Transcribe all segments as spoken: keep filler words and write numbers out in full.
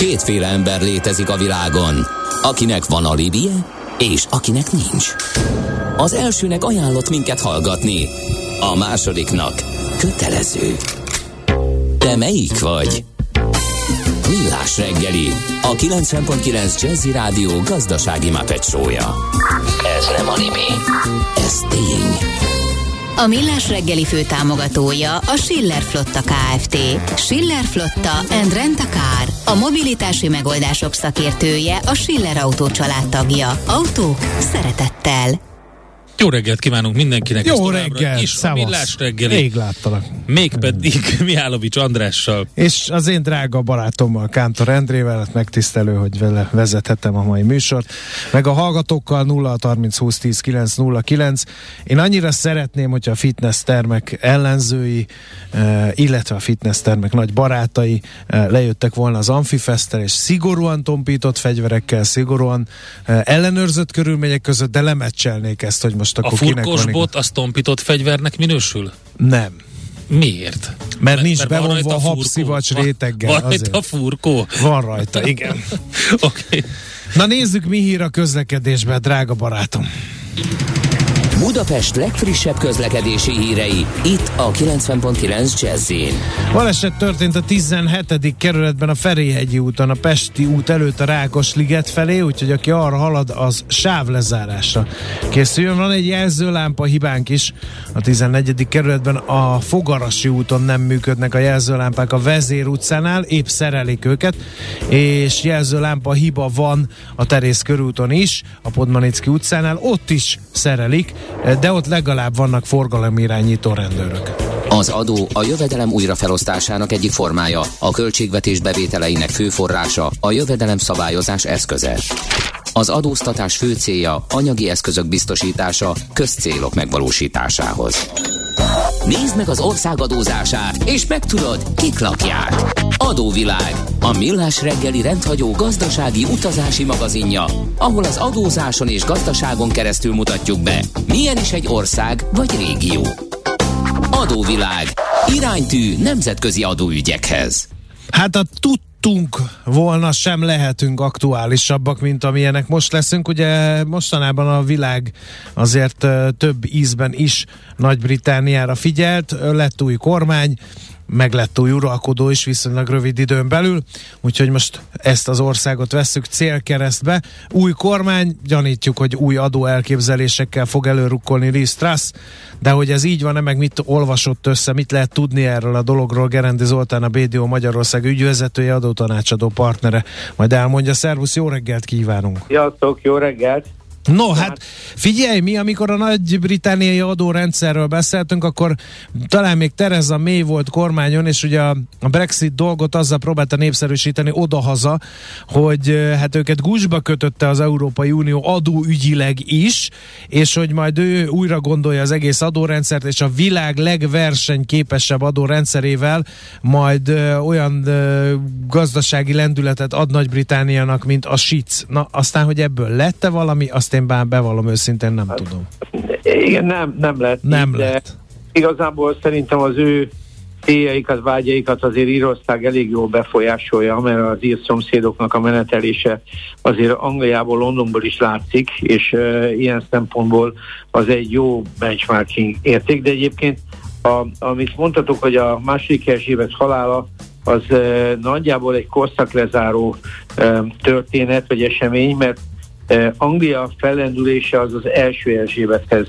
Kétféle ember létezik a világon, akinek van alibije, és akinek nincs. Az elsőnek ajánlott minket hallgatni, a másodiknak kötelező. Te melyik vagy? Millás reggeli, a kilencven pont kilenc Jazzy Rádió gazdasági Muppet show-ja. Ez nem anime, ez tény. A Millás reggeli főtámogatója a Schiller Flotta Kft. Schiller Flotta and Rent a Car. A mobilitási megoldások szakértője, a Schiller Autó család tagja. Autók szeretettel. Jó reggelt kívánunk mindenkinek. Jó reggelt, is a Millás reggeli. Rég láttalak. Mégpedig Mihálovics Andrással. És az én drága barátommal, Kántor Endrével, megtisztelő, hogy vele vezethetem a mai műsort. Meg a hallgatókkal nulla harminc húsz tíz kilenc nulla kilenc. Én annyira szeretném, hogyha a fitness termek ellenzői, illetve a fitness termek nagy barátai lejöttek volna az Amfifesztel, és szigorúan tompított fegyverekkel, szigorúan ellenőrzött körülmények között, de lemecselnék ezt, hogy most a furkosbot az tompított fegyvernek minősül? Nem. Miért? Mert, mert nincs mert bevonva a habszivacs réteggel. Van rajta a furkó? Van rajta, igen. Oké. Okay. Na nézzük, mi hír a közlekedésben, drága barátom. Budapest legfrissebb közlekedési hírei, itt a kilencven pont kilenc Jazz-in. Baleset történt a tizenhetedik kerületben a Ferihegyi úton, a Pesti út előtt a Rákosliget felé, úgyhogy aki arra halad, az sávlezárásra készüljön. Van egy jelzőlámpa hibánk is a tizennegyedik kerületben, a Fogarasi úton nem működnek a jelzőlámpák a Vezér utcánál, épp szerelik őket, és jelzőlámpa hiba van a Terész körúton is, a Podmanicki utcánál, ott is szerelik, de ott legalább vannak forgalomirányító rendőrök. Az adó a jövedelem újrafelosztásának egyik formája, a költségvetés bevételeinek fő forrása, a jövedelem szabályozás eszköze. Az adóztatás fő célja anyagi eszközök biztosítása közcélok megvalósításához. Nézd meg az ország adózását, és megtudod, kik lakják. Adóvilág, a Millás reggeli rendhagyó gazdasági utazási magazinja, ahol az adózáson és gazdaságon keresztül mutatjuk be, milyen is egy ország vagy régió. Adóvilág, iránytű nemzetközi adóügyekhez. Hát a tudtunk volna, sem lehetünk aktuálisabbak, mint amilyenek most leszünk. Ugye mostanában a világ azért több ízben is Nagy-Britanniára figyelt, lett új kormány, meg lett új uralkodó is viszonylag rövid időn belül, úgyhogy most ezt az országot vesszük célkeresztbe. Új kormány, gyanítjuk, hogy új adó elképzelésekkel fog előrukkolni Liz Truss, de hogy ez így van-e, meg mit olvasott össze, mit lehet tudni erről a dologról, Gerendi Zoltán, a bé dé o Magyarország ügyvezetője, adótanácsadó partnere, majd elmondja. Szervusz, jó reggelt kívánunk! Sziasztok, jó reggelt! No, hát figyelj, mi amikor a nagy-britanniai adórendszerről beszéltünk, akkor talán még Theresa May volt kormányon, és ugye a Brexit dolgot azzal próbálta népszerűsíteni odahaza, hogy hát őket gúzsba kötötte az Európai Unió adóügyileg is, és hogy majd ő újra gondolja az egész adórendszert, és a világ legversenyképesebb adórendszerével majd ö, olyan ö, gazdasági lendületet ad Nagy-Britanniának, mint a SIC. Na, aztán, hogy ebből lett-e valami, azt én bár bevallom őszintén nem hát, tudom. Igen, nem, nem lett. Nem így, lett. Igazából szerintem az ő céljaikat, vágyaikat azért Írország elég jól befolyásolja, mert az ír szomszédoknak a menetelése azért Angliából, Londonból is látszik, és uh, ilyen szempontból az egy jó benchmarking érték, de egyébként a, amit mondtatok, hogy a második Erzsébet halála az uh, nagyjából egy korszaklezáró uh, történet, vagy esemény, mert Uh, Anglia fellendülése az az első Erzsébethez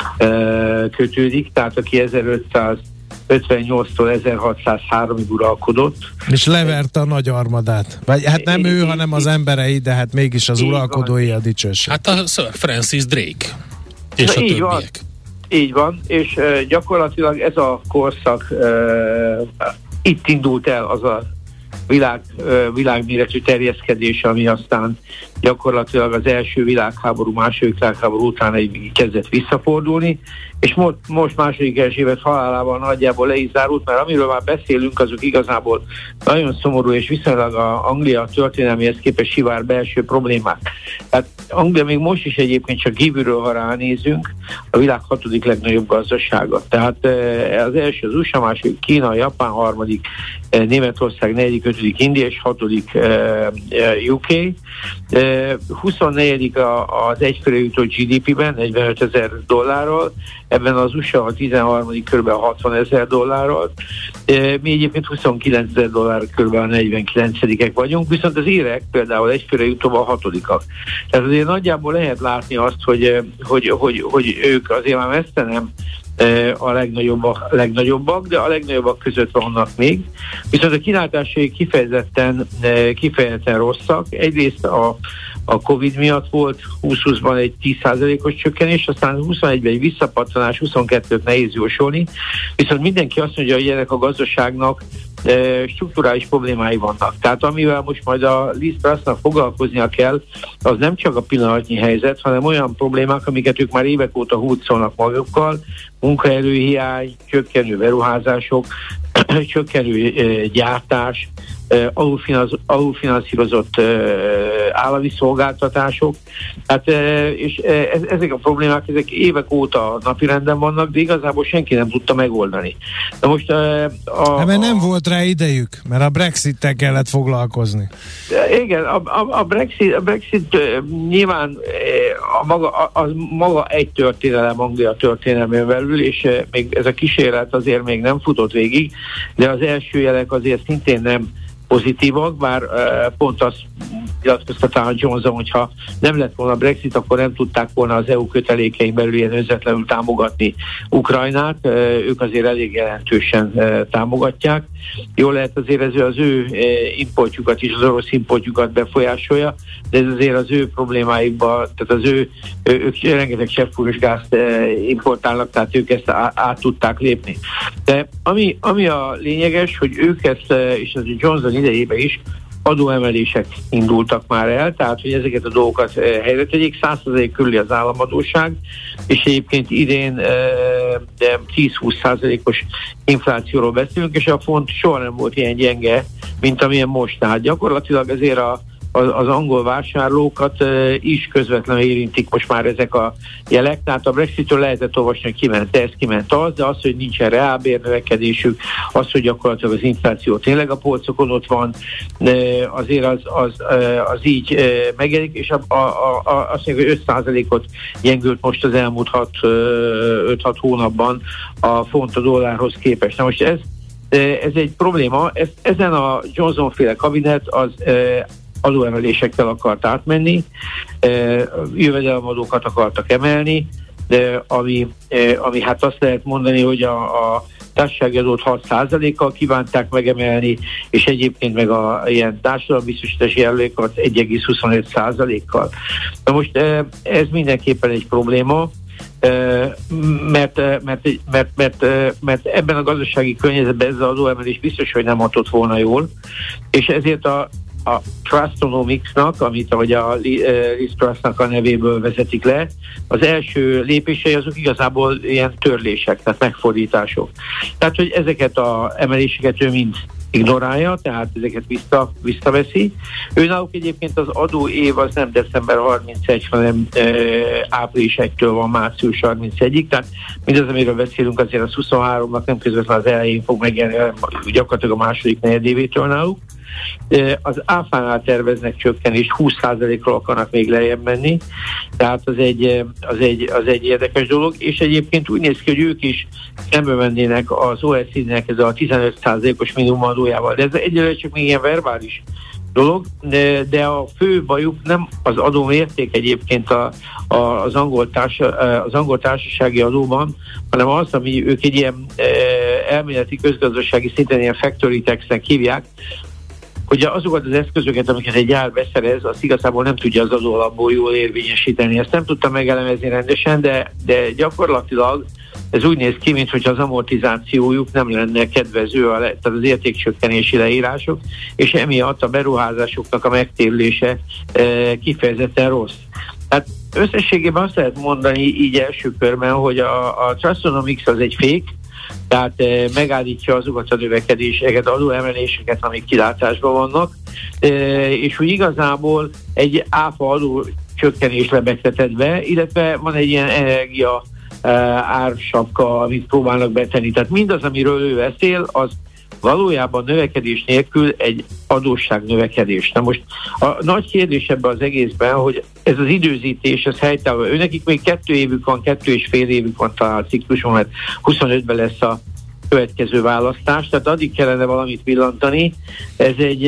uh, kötődik, tehát aki ezerötszázötvennyolctól ezerhatszázháromig uralkodott. És leverte a nagy armadát. Vagy hát nem é, ő, é, hanem az emberei, de hát mégis az uralkodói a dicsőség. Hát a Sir Francis Drake és Na, a így többiek. Van, így van, és uh, gyakorlatilag ez a korszak uh, itt indult el az a világ, világméretű terjeszkedés, ami aztán gyakorlatilag az első világháború, második világháború után egy kezdett visszafordulni, és most, most második Erzsébet halálával nagyjából le is zárult, mert amiről már beszélünk, azok igazából nagyon szomorú, és viszonylag a Anglia történelmihez képest sivár belső problémák. Tehát Anglia még most is egyébként csak kívülről, ha ránézünk, a világ hatodik legnagyobb gazdasága. Tehát az első az u es á, második Kína, Japán, harmadik Németország negyedik, ötödik India és hatodik U K. huszonnegyedik az egyfőre jutó gé dé pében negyvenötezer dollárral, ebben az u es á a tizenharmadik kb. hatvanezer dollárral, mi egyébként huszonkilencezer dollár kb. A negyvenkilencedikek vagyunk, viszont az írek például egyfőre jutóban a hatodikak. Tehát azért nagyjából lehet látni azt, hogy, hogy, hogy, hogy ők azért már messze nem a legnagyobbak, legnagyobbak, de a legnagyobbak között vannak még. Viszont a kilátásai kifejezetten, kifejezetten rosszak. Egyrészt a, a Covid miatt volt húsz-húszban egy tíz százalékos csökkenés, aztán huszonegyben egy visszapattanás, huszonkettőt nehéz jósolni. Viszont mindenki azt mondja, hogy ennek a gazdaságnak strukturális problémái vannak. Tehát amivel most majd a Liz Trussnak foglalkoznia kell, az nem csak a pillanatnyi helyzet, hanem olyan problémák, amiket ők már évek óta húzolnak magukkal, munkaerőhiány, csökkenő beruházások, csökkenő gyártás, alulfinanszírozott állami szolgáltatások. Hát, és ezek a problémák, ezek évek óta napirenden vannak, de igazából senki nem tudta megoldani. De most a... a mert nem volt rá idejük, mert a Brexit-tel kellett foglalkozni. Igen, a, a, a, Brexit, a Brexit nyilván a maga, a, a maga egy történelem Anglia történelmén belül, és még ez a kísérlet azért még nem futott végig, de az első jelek azért szintén nem pozitívak, bár uh, pont azt nyilatkozta talán Johnson, hogyha nem lett volna Brexit, akkor nem tudták volna az é u kötelékein belül ilyen özvetlenül támogatni Ukrajnát. Uh, ők azért elég jelentősen uh, támogatják. Jól lehet azért ez az ő uh, importjukat is, az orosz importjukat befolyásolja, de ez azért az ő problémáikban, tehát az ő, ők rengeteg cseppfúros gázt uh, importálnak, tehát ők ezt á, át tudták lépni. De ami, ami a lényeges, hogy ők ezt, uh, és az Johnson idejében is adóemelések indultak már el, tehát hogy ezeket a dolgokat helyre tegyék, száz százalék körüli az államadósság, és egyébként idén tíz-húsz százalékos inflációról beszélünk, és a font soha nem volt ilyen gyenge, mint amilyen most. Tehát gyakorlatilag azért a Az, az angol vásárlókat e, is közvetlenül érintik most már ezek a jelek, tehát a Brexitről lehetett olvasni, hogy kiment ez, kiment az, de az, hogy nincsen reálbérnövekedésük, az, hogy gyakorlatilag az infláció tényleg a polcokon ott van, e, azért az, az, e, az így e, megjelenik, és a, a, a, azt mondjuk, hogy öt százalékot gyengült most az elmúlt öt-hat hónapban a font a dollárhoz képest. Na most ez, ez egy probléma, ez, ezen a Johnson-féle kabinet az e, adóemelésekkel akart átmenni, jövedelemadókat akartak emelni, de ami, ami hát azt lehet mondani, hogy a, a társasági adót hat százalékkal kívánták megemelni, és egyébként meg a ilyen társadalombiztosítási járulékot egy egész huszonöt százalékkal. Na most ez mindenképpen egy probléma, mert, mert, mert, mert, mert ebben a gazdasági környezetben ez az adóemelés biztos, hogy nem hatott volna jól, és ezért a a Trustonomics-nak, amit ahogy a Liz Trussnak a nevéből vezetik le, az első lépései azok igazából ilyen törlések, tehát megfordítások. Tehát, hogy ezeket az emeléseket ő mind ignorálja, tehát ezeket vissza, visszaveszi. Ő náluk egyébként az adó év az nem december harmincegy, hanem e, április elsejétől van március harmincegyig, tehát mindaz, amiről beszélünk, azért az huszonháromnak nem közvetlenül az elején fog megjelenni, gyakorlatilag a második negyedévétől náluk. Az áfánál terveznek csökkenést, húsz százalékról akarnak még lejjebb menni, tehát az egy, az, egy, az egy érdekes dolog, és egyébként úgy néz ki, hogy ők is szembe mennének az o e cé dé-nek ez a tizenöt százalékos minimumadójával, de ez egyelőre csak még ilyen verbális dolog, de, de a fő bajuk nem az adómérték egyébként a, a, az, angol társa, az angol társasági adóban, hanem az, ami ők egy ilyen e, elméleti közgazdasági szinten ilyen factory tax-nek hívják, hogy azokat az eszközöket, amiket egy gyár beszerez, az igazából nem tudja az adóalapból jól érvényesíteni. Ezt nem tudtam megelemezni rendesen, de, de gyakorlatilag ez úgy néz ki, mintha az amortizációjuk nem lenne kedvező, a le, tehát az értékcsökkenési leírások, és emiatt a beruházásoknak a megtérülése e, kifejezetten rossz. Tehát összességében azt lehet mondani így első körben, hogy a, a Trustonomics az egy fék, tehát e, megállítja azokat a növekedéseket, adóemeléseket, amik kilátásban vannak, e, és hogy igazából egy áfa adó csökkenés lebegtetett be, illetve van egy ilyen energia e, ársapka, amit próbálnak betenni. Tehát mindaz, amiről ő beszél, az valójában növekedés nélkül egy adósság növekedés. Na most a nagy kérdés ebben az egészben, hogy ez az időzítés, ez helytálló. Őnekik még kettő évük van, kettő és fél évük van talán a cikluson, mert huszonötben lesz a következő választás, tehát addig kellene valamit villantani. Ez, egy,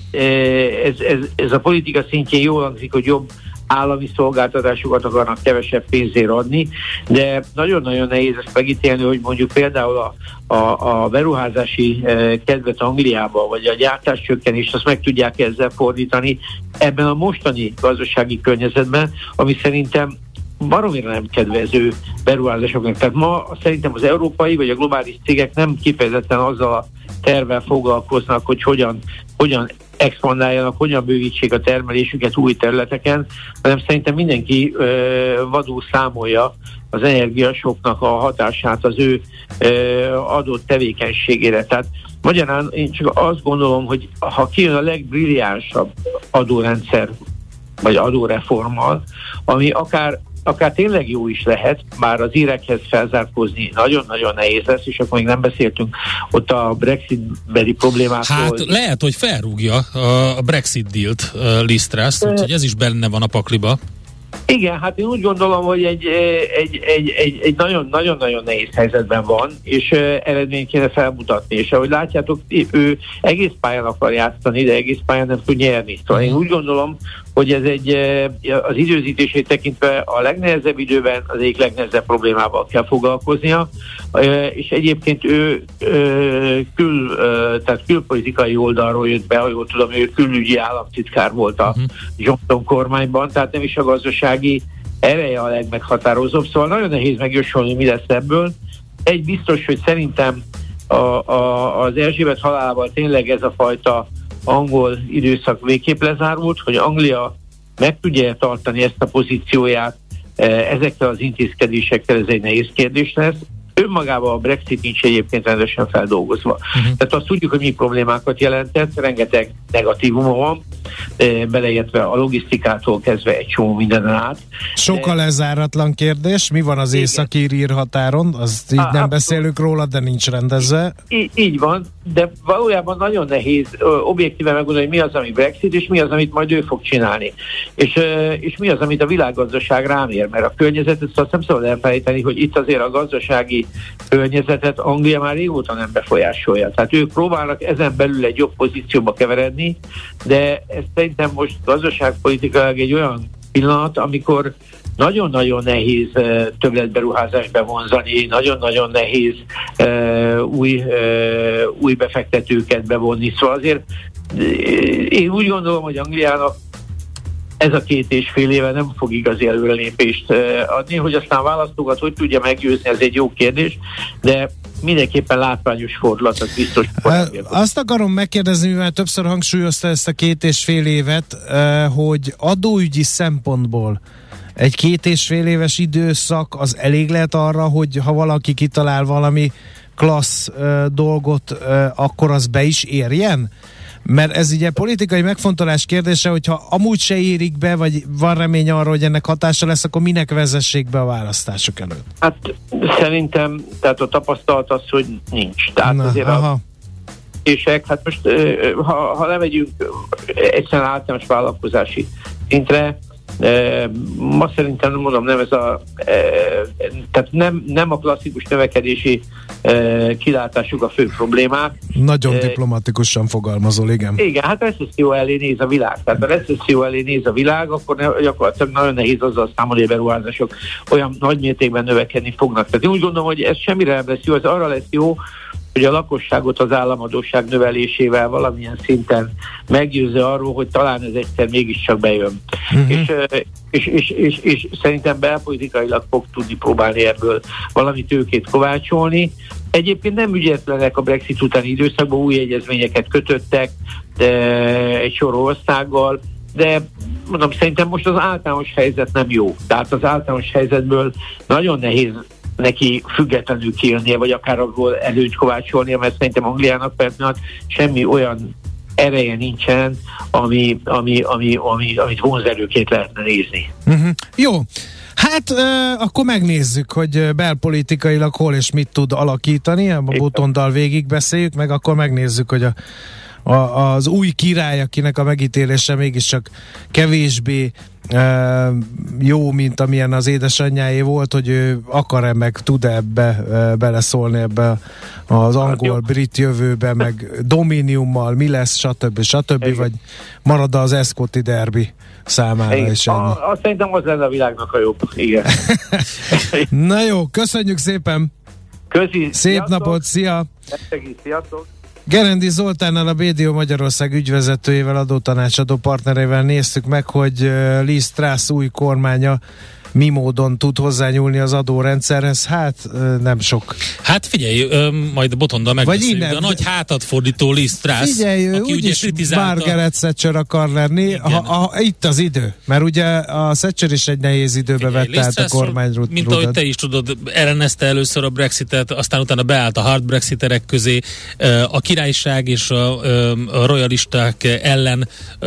ez, ez, ez a politika szintjén jól hangzik, hogy jobb állami szolgáltatásokat akarnak kevesebb pénzért adni, de nagyon-nagyon nehéz ezt megítélni, hogy mondjuk például a, a, a beruházási eh, kedvet Angliába, vagy a gyártáscsökkenést, azt meg tudják ezzel fordítani ebben a mostani gazdasági környezetben, ami szerintem baromira nem kedvező beruházásoknak. Tehát ma szerintem az európai vagy a globális cégek nem kifejezetten azzal a tervvel foglalkoznak, hogy hogyan, hogyan expandáljanak, hogyan bővítsék a termelésüket új területeken, hanem szerintem mindenki ö, vadul számolja az energiasoknak a hatását az ő ö, adott tevékenységére. Tehát magyarán én csak azt gondolom, hogy ha kijön a legbrilliánsabb adórendszer, vagy adóreformmal, ami akár akár tényleg jó is lehet, már az írekhez felzárkózni nagyon-nagyon nehéz lesz, és akkor még nem beszéltünk ott a Brexit-beli problémákról. Hát lehet, hogy felrúgja a Brexit dealt Liz Truss, úgyhogy ez is benne van a pakliba. Igen, hát én úgy gondolom, hogy egy, egy, egy, egy, egy nagyon, nagyon-nagyon nehéz helyzetben van, és eredményt kéne felmutatni, és ahogy látjátok, ő egész pályán akar játszani, de egész pályán nem tud nyerni. Szóval én úgy gondolom, hogy ez egy, az időzítését tekintve a legnehezebb időben az egyik legnehezebb problémával kell foglalkoznia, és egyébként ő kül, tehát külpolitikai oldalról jött be, ha jól tudom, ő külügyi államtitkár volt a Johnson kormányban, tehát nem is a gazdasági ereje a legmeghatározóbb, szóval nagyon nehéz megjósolni, mi lesz ebből. Egy biztos, hogy szerintem a, a, az Erzsébet halálával tényleg ez a fajta angol időszak végképp lezárult, hogy Anglia meg tudja tartani ezt a pozícióját ezekkel az intézkedésekkel, ez egy nehéz kérdés lesz. Önmagában a Brexit nincs egyébként rendesen feldolgozva. Uh-huh. Tehát azt tudjuk, hogy mi problémákat jelentett, rengeteg negatívuma van, beleértve a logisztikától kezdve egy csomó mindenen át. Sok a lezáratlan kérdés, mi van az észak-ír határon? Azt így nem beszélünk róla, de nincs rendezve. Így, így van, de valójában nagyon nehéz objektíven megmondani, hogy mi az, ami Brexit, és mi az, amit majd ő fog csinálni. És, és mi az, amit a világgazdaság rámér, mert a környezetet azt nem szabad elfelejteni, hogy itt azért a gazdasági környezetet Anglia már régóta nem befolyásolja. Tehát ők próbálnak ezen belül egy jobb pozícióba keveredni, de ez szerintem most gazdaságpolitikailag egy olyan pillanat, amikor nagyon-nagyon nehéz uh, többletberuházást bevonzani, nagyon-nagyon nehéz uh, új, uh, új befektetőket bevonni. Szóval azért uh, én úgy gondolom, hogy Angliának ez a két és fél éve nem fog igazi előrelépést uh, adni, hogy aztán a választókat hogy tudja meggyőzni, ez egy jó kérdés, de mindenképpen látványos fordulat, az biztos. Azt akarom megkérdezni, mivel többször hangsúlyozta ezt a két és fél évet, hogy adóügyi szempontból egy két és fél éves időszak az elég lehet arra, hogy ha valaki kitalál valami klassz dolgot, akkor az be is érjen? Mert ez ugye politikai megfontolás kérdése, hogyha amúgy se érik be, vagy van remény arra, hogy ennek hatása lesz, akkor minek vezessék be a választások előtt? Hát szerintem, tehát a tapasztalat az, hogy nincs. Tehát Na, azért aha. a kérdések, hát most ha, ha lemegyünk egyszerűen általános vállalkozási szintre, E, ma szerintem, nem mondom, nem ez a e, tehát nem, nem a klasszikus növekedési e, kilátásuk a fő problémák. Nagyon e, diplomatikusan fogalmazol, igen. Igen, hát recesszió elé néz a világ. Tehát a recesszió elé néz a világ, akkor ne, gyakorlatilag nagyon nehéz azzal számolni, hogy a beruházások olyan nagy mértékben növekedni fognak. Tehát én úgy gondolom, hogy ez semmire nem lesz jó, ez arra lesz jó, hogy a lakosságot az államadósság növelésével valamilyen szinten meggyőzze arról, hogy talán ez egyszer mégiscsak bejön. Uh-huh. És, és, és, és, és szerintem belpolitikailag fog tudni próbálni ebből valami tőkét kovácsolni. Egyébként nem ügyetlenek a Brexit utáni időszakban, új egyezményeket kötöttek de egy sor országgal, de mondom, szerintem most az általános helyzet nem jó. Tehát az általános helyzetből nagyon nehéz neki függetlenül kijönnie, vagy akár abból előnyt kovácsolnia, mert szerintem Angliának persze semmi olyan ereje nincsen, ami, ami, ami, ami, amit vonzerőként lehetne nézni. Uh-huh. Jó. Hát euh, akkor megnézzük, hogy belpolitikailag hol és mit tud alakítani, a Botondal végig beszéljük, meg akkor megnézzük, hogy a, a, az új király, akinek a megítélése mégiscsak kevésbé uh, jó, mint amilyen az édesanyjáé volt, hogy ő akar-e meg tud ebbe uh, beleszólni ebbe az angol-brit jövőbe, meg dominiummal, mi lesz, stb. stb. Igen. Vagy marad az Escoti derby számára igen. is ennyi. A, azt szerintem az lenne a világnak a jobb. Igen. Na jó, köszönjük szépen! Köszi! Szép sziasztok. Napot, szia! Sziasztok! Gerendi Zoltánnal, a bé dé o Magyarország ügyvezetőjével, adótanácsadó partnerével néztük meg, hogy Liz Truss új kormánya mi módon tud hozzányúlni az adórendszerhez. Hát nem sok. Hát figyelj, majd Botondal megbeszéljük, de a nagy hátat fordító Liz Truss, figyelj, aki ugye kritizálta... Margaret Thatcher akar lenni, ha, ha, itt az idő, mert ugye a Thatcher is egy nehéz időbe figyelj, vette át a kormányrudat. Mint ahogy te is tudod, ellenezte először a Brexitet, aztán utána beállt a hard brexiterek közé, a királyság és a, a royalisták ellen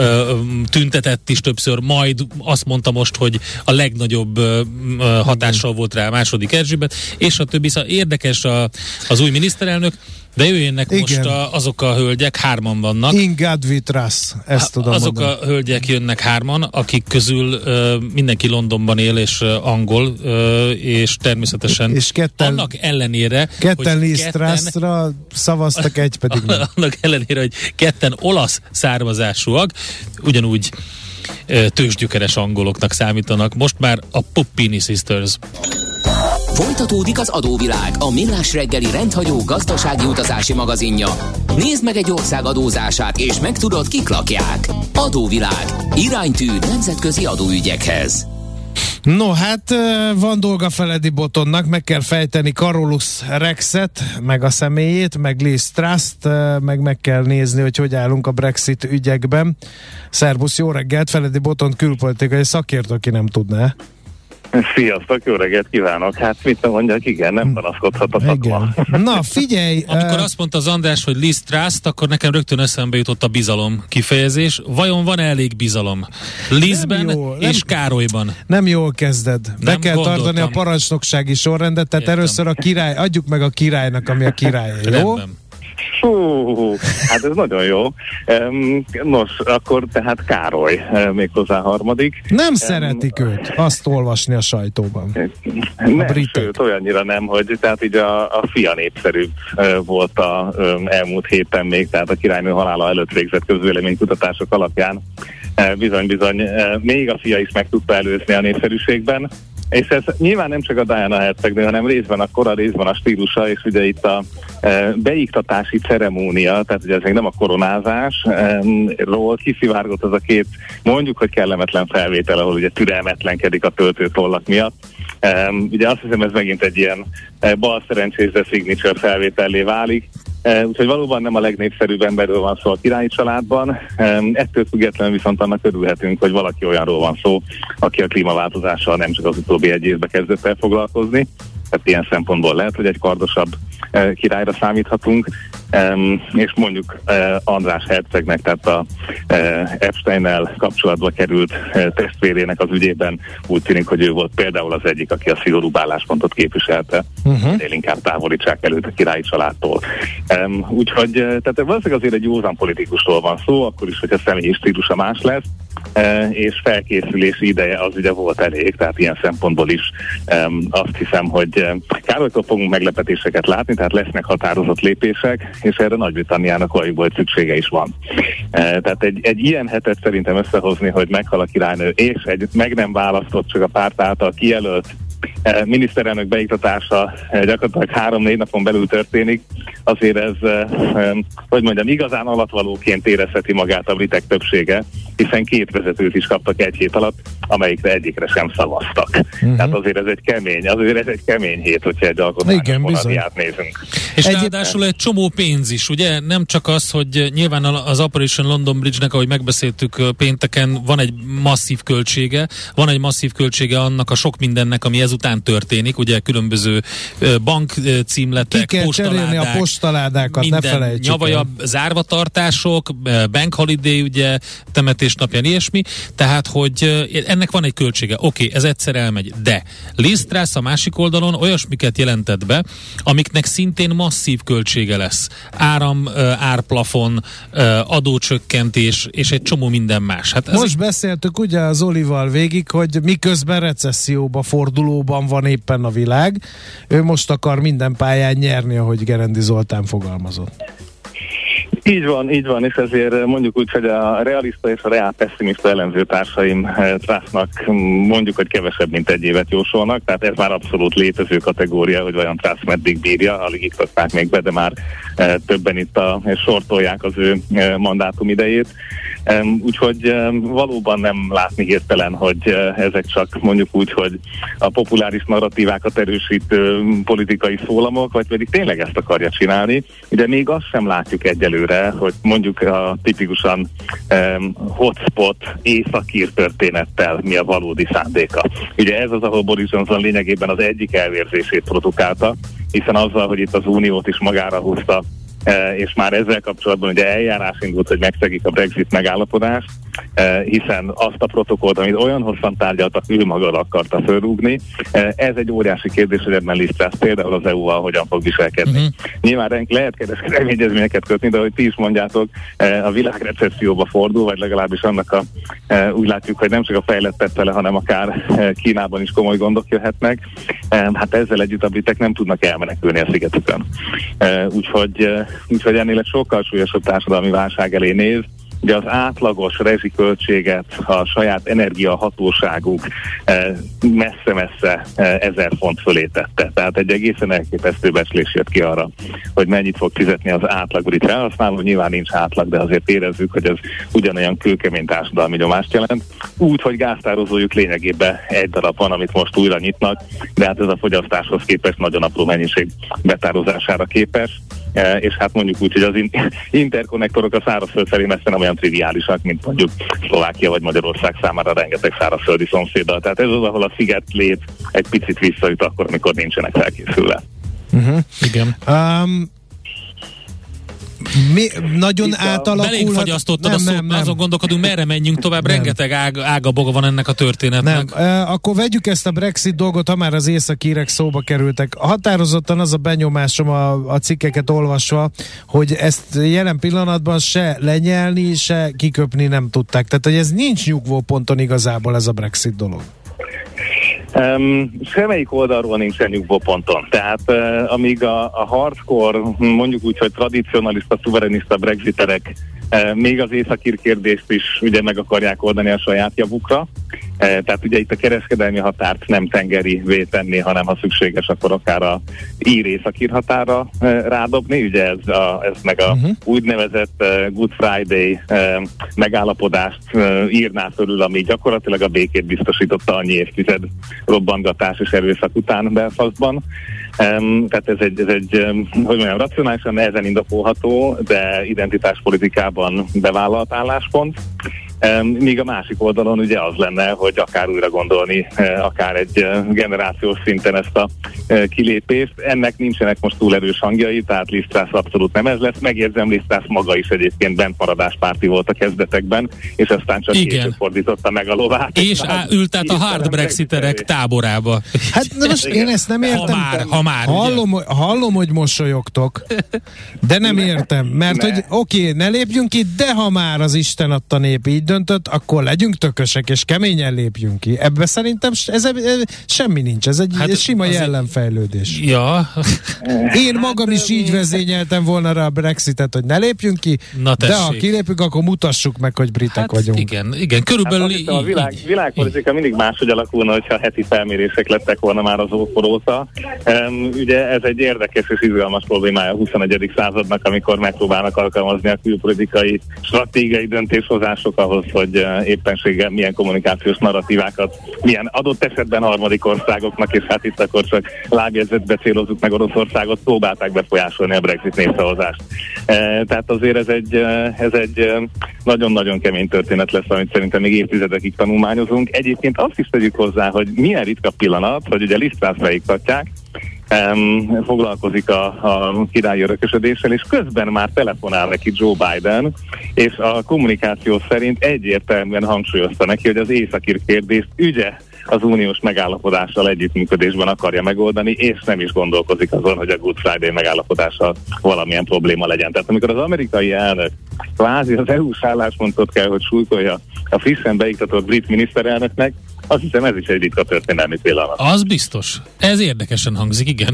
tüntetett is többször, majd azt mondta most, hogy a legnagyobb hatással volt rá a második Erzsébet, és a többi. Szóval érdekes a, az új miniszterelnök, de jöjjenek igen. most a, azok a hölgyek, hárman vannak. In God we trust, ezt tudom Azok mondani. a hölgyek jönnek hárman, akik közül uh, mindenki Londonban él, és uh, angol, uh, és természetesen és ketten, annak ellenére, ketten Liz Trussra szavaztak, egy pedig nem. Annak ellenére, hogy ketten olasz származásúak, ugyanúgy tőzsgyökeres angoloknak számítanak. Most már a Puppini Sisters. Folytatódik az adóvilág, a millás reggeli rendhagyó gazdasági utazási magazinja. Nézd meg egy ország adózását, és megtudod, kik lakják. Adóvilág. Iránytű nemzetközi adóügyekhez. No, hát van dolga Feledi Botonnak, meg kell fejteni Carolus Rexet, meg a személyét, meg Liz Truss-t, meg meg kell nézni, hogy hogy állunk a Brexit ügyekben. Szerbusz, jó reggelt, Feledi Boton külpolitikai szakértő, aki nem tudná. Sziasztok, jó reggelt kívánok! Hát mit nem mondjak, igen, nem panaszkodhat a szakma. Na, figyelj! Amikor uh... azt mondta az András, hogy Liz Truss-t, akkor nekem rögtön eszembe jutott a bizalom kifejezés. Vajon van elég bizalom Lizben jó, és nem, Károlyban? Nem jól kezded. Be nem kell gondoltam. Tartani a parancsnoksági sorrendet, tehát Értem. Először a király, adjuk meg a királynak, ami a király, jó? Rendben. Hú, hát ez nagyon jó. Nos, akkor tehát Károly méghozzá harmadik. Nem um, szeretik őt, azt olvasni a sajtóban. A nem, sőt, olyannyira nem, hogy tehát így a, a fia népszerűbb volt a elmúlt héten még, tehát a királynő halála előtt végzett közvéleménykutatások alapján. Bizony-bizony, még a fia is meg tudta előzni a népszerűségben. És ez nyilván nem csak a Diana hercegnő, hanem részben a kora, részben a stílusa, és ugye itt a e, beiktatási ceremónia, tehát ugye ez még nem a koronázásról e, kiszivárgott az a két, mondjuk, hogy kellemetlen felvétel, ahol ugye türelmetlenkedik a töltőtollak miatt. E, ugye azt hiszem, ez megint egy ilyen e, bal szerencsés, de signature felvétellé válik. Uh, úgyhogy valóban nem a legnépszerűbb emberről van szó a királyi családban. Um, ettől függetlenül viszont annak örülhetünk, hogy valaki olyanról van szó, aki a klímaváltozással nem csak az utóbbi egy évben kezdett el foglalkozni. Tehát ilyen szempontból lehet, hogy egy kardosabb uh, királyra számíthatunk. Um, és mondjuk uh, András hercegnek, tehát a uh, Epsteinnel kapcsolatba került uh, testvérének az ügyében úgy tűnik, hogy ő volt például az egyik, aki a szigorúbb álláspontot képviselte, uh-huh. Él inkább távolítsák előtt a királyi családtól. Um, úgyhogy uh, tehát valószínűleg azért egy józan politikusról van szó, akkor is, hogy a személyi stílusa más lesz, uh, és felkészülési ideje az ugye volt elég, tehát ilyen szempontból is um, azt hiszem, hogy uh, Károlytól fogunk meglepetéseket látni, tehát lesznek határozott lépések, és erre Nagy-Britanniának valójában szüksége is van. E, tehát egy, egy ilyen hetet szerintem összehozni, hogy meghal a királynő, és egy meg nem választott, csak a párt által kijelölt e, miniszterelnök beiktatása e, gyakorlatilag három-négy napon belül történik, azért ez, e, e, hogy mondjam, igazán alatvalóként érezheti magát a britek többsége, hiszen két vezetőt is kaptak egy hét alatt, amelyikre egyikre sem szavaztak. Uh-huh. Tehát azért ez egy kemény, azért ez egy kemény hét, hogyha egy alkotmányos monarchiát nézünk. És Egyéb... ráadásul egy csomó pénz is, ugye? Nem csak az, hogy nyilván az Operation London Bridge-nek, ahogy megbeszéltük pénteken, van egy masszív költsége, van egy masszív költsége annak a sok mindennek, ami ezután történik, ugye különböző bankcímletek, ki kell cserélni a postaládákat, minden, ne felejtsük nyavajabb zárvatartások, bank holiday, ugye, temetés napján ilyesmi, tehát, hogy ennek van egy költsége. Oké, okay, ez egyszer elmegy, de Liz Truss a másik oldalon olyasmiket jelentett be, amiknek szintén masszív költsége lesz. Áram, árplafon, adócsökkentés, és egy csomó minden más. Hát most egy... beszéltük ugye az Olival végig, hogy miközben recesszióba, fordulóban van éppen a világ, ő most akar minden pályán nyerni, ahogy Gerendi Zoltán fogalmazott. Így van, így van, és ezért mondjuk úgy, hogy a realista és a reál pessimista elemzőtársaim Trussnak mondjuk, hogy kevesebb, mint egy évet jósolnak, tehát ez már abszolút létező kategória, hogy vajon Truss meddig bírja, alig iktatták még be, de már e, többen itt a, sortolják az ő e, mandátum idejét. E, úgyhogy e, valóban nem látni hirtelen, hogy e, ezek csak mondjuk úgy, hogy a populáris narratívákat erősítő politikai szólamok, vagy pedig tényleg ezt akarja csinálni. Ugye még azt sem látjuk egyelőre, hogy mondjuk a tipikusan um, hotspot északír történettel mi a valódi szándéka. Ugye ez az, ahol Boris Johnson lényegében az egyik elvérzését produkálta, hiszen azzal, hogy itt az uniót is magára húzta, és már ezzel kapcsolatban ugye eljárás indult, hogy megszegik a Brexit megállapodást, hiszen azt a protokollt, amit olyan hosszan tárgyaltak, ő maga akarta fölrúgni. Ez egy óriási kérdés, hogy ebben Liz Truss például az é u-val hogyan fog viselkedni. Uh-huh. Nyilván lehet kereskedelmi egyezményeket kötni, de ahogy ti is mondjátok, a világ recesszióba fordul, vagy legalábbis annak a, úgy látjuk, hogy nem csak a fejlettebb fele, hanem akár Kínában is komoly gondok jöhetnek. Hát ezzel együtt a britek nem tudnak elmenekülni a szigetükön. Úgyhogy úgyhogy ennél egy sokkal súlyosabb társadalmi válság elé néz. Ugye az átlagos rezsiköltséget a saját energiahatóságuk messze-messze ezer font fölé tette. Tehát egy egészen elképesztő becslés jött ki arra, hogy mennyit fog fizetni az átlag brit felhasználó. Nyilván nincs átlag, de azért érezzük, hogy ez ugyanolyan kőkemény társadalmi nyomást jelent. Úgy, hogy gáztározójuk lényegében egy darab van, amit most újra nyitnak, de hát ez a fogyasztáshoz képest nagyon apró mennyiség betározására képes. És hát mondjuk úgy, hogy az interkonnektorok a szárazföld felé messze nem olyan triviálisak, mint mondjuk Szlovákia vagy Magyarország számára rengeteg szárazföldi szomszéddal. Tehát ez az, ahol a sziget lét egy picit visszaüt akkor, amikor nincsenek felkészülve. Uh-huh. Igen. Um, mi, nagyon átalakulhat... Belénk fagyasztottad a szót, azon gondolkodunk, merre menjünk tovább, nem. Rengeteg ág, ágaboga van ennek a történetnek. Nem, e, akkor vegyük ezt a Brexit dolgot, ha már az északírek szóba kerültek. Határozottan az a benyomásom a, a cikkeket olvasva, hogy ezt jelen pillanatban se lenyelni, se kiköpni nem tudták. Tehát, hogy ez nincs nyugvó ponton igazából ez a Brexit dolog. Um, semmelyik oldalról nincsen nyugvó ponton. Tehát uh, amíg a, a hardcore, mondjuk úgy, hogy tradicionalista, szuverenista brexiterek uh, még az északír kérdést is ugye meg akarják oldani a saját javukra. Uh, tehát ugye itt a kereskedelmi határt nem tengerivé tenni, hanem ha szükséges, akkor akár a ír északír határa uh, rádobni. Ugye ez, a, ez meg a uh-huh. úgynevezett uh, Good Friday uh, megállapodást uh, írná fölül, ami gyakorlatilag a békét biztosította annyi évtized robbangatás és erőszak után Belfastban. Um, tehát ez egy, ez egy um, hogy mondjam, racionálisan nehezen indokolható, de identitáspolitikában bevállalt álláspont. Um, míg a másik oldalon ugye az lenne, hogy akár újra gondolni, uh, akár egy uh, generációs szinten ezt a uh, kilépést. Ennek nincsenek most túl erős hangjai, tehát Liz Truss abszolút nem ez lesz. Megérzem, Liz Truss maga is egyébként bentmaradáspárti volt a kezdetekben, és aztán csak igen. később fordította meg a lovát. És á, ült át a hard brexiterek táborába. Hát de most én ezt nem értem. Ha már, ha már, hallom, hogy, hallom, hogy mosolyogtok, de nem értem, mert ne. hogy oké, okay, ne lépjünk ki, de ha már az Isten adta nép így döntött, akkor legyünk tökösek, és keményen lépjünk ki. Ebben szerintem ez, ez, semmi nincs, ez egy hát sima jellemfejlődés. Ja. Én magam is így vezényeltem volna rá a Brexitet, hogy ne lépjünk ki, de ha kilépünk, akkor mutassuk meg, hogy britek hát vagyunk. Igen, igen, körülbelül hát, így, a világ, világpolitika mindig máshogy alakulna, hogyha heti felmérések lettek volna már az ókor óta. Um, ugye ez egy érdekes és izgalmas problémája a huszonegyedik századnak, amikor megpróbálnak alkalmazni a külpolitikai stratégiai döntéshozások mások ahhoz, hogy éppenséggel milyen kommunikációs narratívákat, milyen adott esetben harmadik országoknak, és hát itt akkor csak lábjegyzetbe célozzuk meg Oroszországot, próbálták befolyásolni a Brexit népszavazást. Tehát azért ez egy, ez egy nagyon-nagyon kemény történet lesz, amit szerintem még évtizedekig tanulmányozunk. Egyébként azt is tegyük hozzá, hogy milyen ritka pillanat, hogy ugye Liz Truss beiktatják, Um, foglalkozik a, a királyi örökösödéssel, és közben már telefonál neki Joe Biden, és a kommunikáció szerint egyértelműen hangsúlyozta neki, hogy az északír kérdést ügye az uniós megállapodással együttműködésben akarja megoldani, és nem is gondolkozik azon, hogy a Good Friday megállapodással valamilyen probléma legyen. Tehát amikor az amerikai elnök kvázi az é u-s álláspontot kell, hogy súlykolja a frissen beiktatott brit miniszterelnöknek, azt hiszem, ez is egy ritka történelmi pillanat. Az biztos. Ez érdekesen hangzik, igen.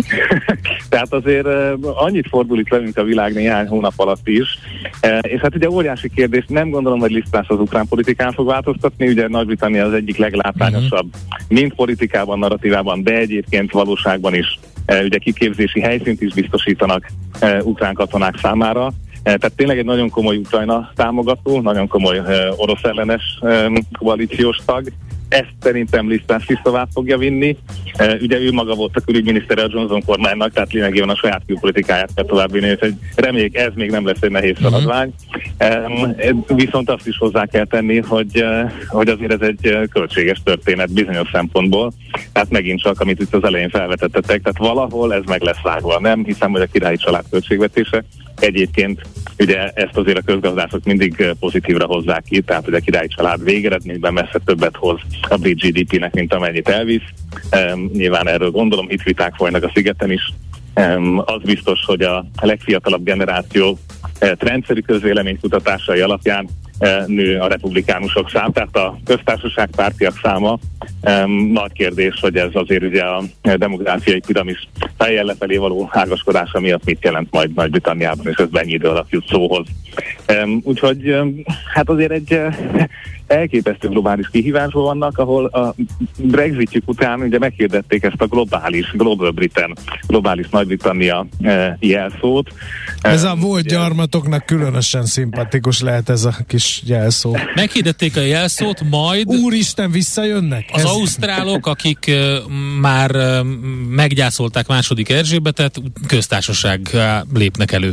Tehát azért uh, annyit fordul itt velünk a világ néhány hónap alatt is, uh, és hát ugye óriási kérdés, nem gondolom, hogy Liz Truss az ukrán politikán fog változtatni, ugye Nagy-Britannia az egyik leglátványosabb, uh-huh. mind politikában, narratívában, de egyébként valóságban is uh, ugye kiképzési helyszínt is biztosítanak uh, ukrán katonák számára. Tehát tényleg egy nagyon komoly Ukrajna támogató, nagyon komoly uh, orosz ellenes um, koalíciós tag. Ezt szerintem Liz Truss is tovább fogja vinni. Uh, ugye ő maga volt a külügyminisztere a Johnson kormánynak, tehát lényegében a saját külpolitikáját kell tovább vinni, és reméljük ez még nem lesz egy nehéz feladvány. Um, viszont azt is hozzá kell tenni, hogy, uh, hogy azért ez egy uh, költséges történet bizonyos szempontból. Tehát megint csak, amit itt az elején felvetettetek, tehát valahol ez meg lesz vágva. Nem hiszem, hogy a királyi család költségvetése. Egyébként ugye ezt azért a közgazdászok mindig pozitívra hozzák ki, tehát hogy a királyi család végeredményben messze többet hoz a brit gé dé pé-nek, mint amennyit elvisz. Um, nyilván erről gondolom, itt viták folynak a szigeten is. Um, az biztos, hogy a legfiatalabb generáció uh, rendszerű közvéleménykutatásai alapján uh, nő a republikánusok szám, tehát a köztársaságpártiak száma. Um, nagy kérdés, hogy ez azért ugye a demográfiai piramis fejjel lefelé való ágaskodása miatt mit jelent majd Nagy-Britanniában, és ez mennyi idő alatt jut szóhoz. Um, úgyhogy um, hát azért egy uh, elképesztő globális kihívásban vannak, ahol a Brexitjük után ugye meghirdették ezt a globális, Global Britain, globális Nagy-Britannia uh, jelszót. Ez um, a volt ugye, gyarmatoknak különösen szimpatikus lehet ez a kis jelszó. Meghirdették a jelszót, majd Úristen, visszajönnek? Az ez... ausztrálok, akik uh, már uh, meggyászolták második Erzsébetet, köztársasággá lépnek elő.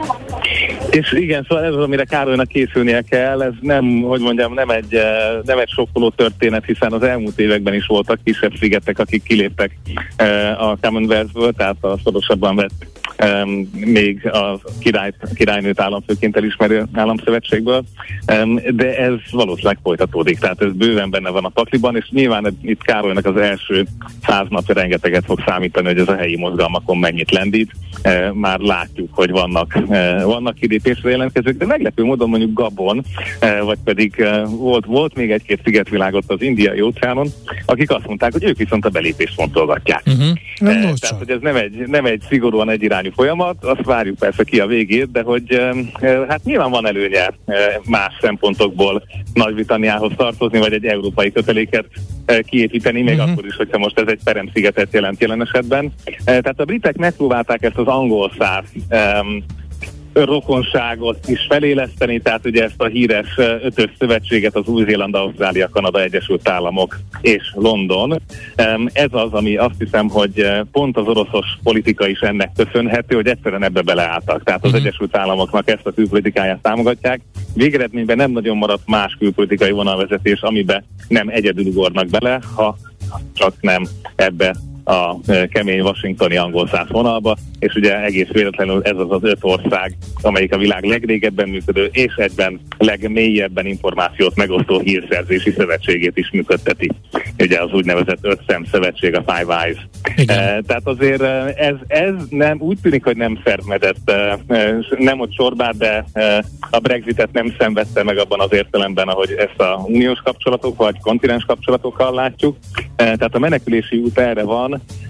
És igen, szóval ez az, amire Károlynak készülnie kell, ez nem, hogy mondjam, nem egy, nem egy sokkoló történet, hiszen az elmúlt években is voltak kisebb szigetek, akik kiléptek a Commonwealth-ből, tehát a szorosabban vett Um, még a király, királynőt államfőként elismerő államszövetségből, um, de ez valószínűleg folytatódik, tehát ez bőven benne van a pakliban, és nyilván itt Károlynak az első száz napja rengeteget fog számítani, hogy ez a helyi mozgalmakon mennyit lendít. Uh, már látjuk, hogy vannak, uh, vannak kilépésre jelentkezők, de meglepő módon mondjuk Gabon, uh, vagy pedig uh, volt, volt még egy-két szigetvilágot az Indiai óceánon, akik azt mondták, hogy ők viszont a belépést fontolgatják. Uh-huh. Uh, tehát, hogy ez nem egy, nem egy szigorúan egyirányú folyamat, azt várjuk persze ki a végét, de hogy e, hát nyilván van előnye e, más szempontokból Nagy-Britanniához tartozni, vagy egy európai köteléket e, kiépíteni, még uh-huh. akkor is, hogyha most ez egy peremszigetet jelent jelen esetben. E, tehát a britek megpróbálták ezt az angol száz e, rokonságot is feléleszteni, tehát ugye ezt a híres ötös szövetséget, az Új-Zéland, Ausztrália, Kanada, Egyesült Államok és London. Ez az, ami azt hiszem, hogy pont az oroszos politika is ennek köszönhető, hogy egyszerűen ebbe beleálltak. Tehát az uh-huh. Egyesült Államoknak ezt a külpolitikáját támogatják. Végeredményben nem nagyon maradt más külpolitikai vonalvezetés, amiben nem egyedül ugornak bele, ha csak nem ebbe a kemény washingtoni angol száz vonalba, és ugye egész véletlenül ez az az öt ország, amelyik a világ legrégebben működő és egyben legmélyebben információt megosztó hírszerzési szövetségét is működteti. Ugye az úgynevezett öt szem szövetség, a Five Eyes. E, tehát azért ez, ez nem, úgy tűnik, hogy nem szermedett, nem ott sorbát, de a Brexitet nem szenvedte meg abban az értelemben, ahogy ezt a uniós kapcsolatok vagy kontinens kapcsolatokkal látjuk. Tehát a menekülési út erre van.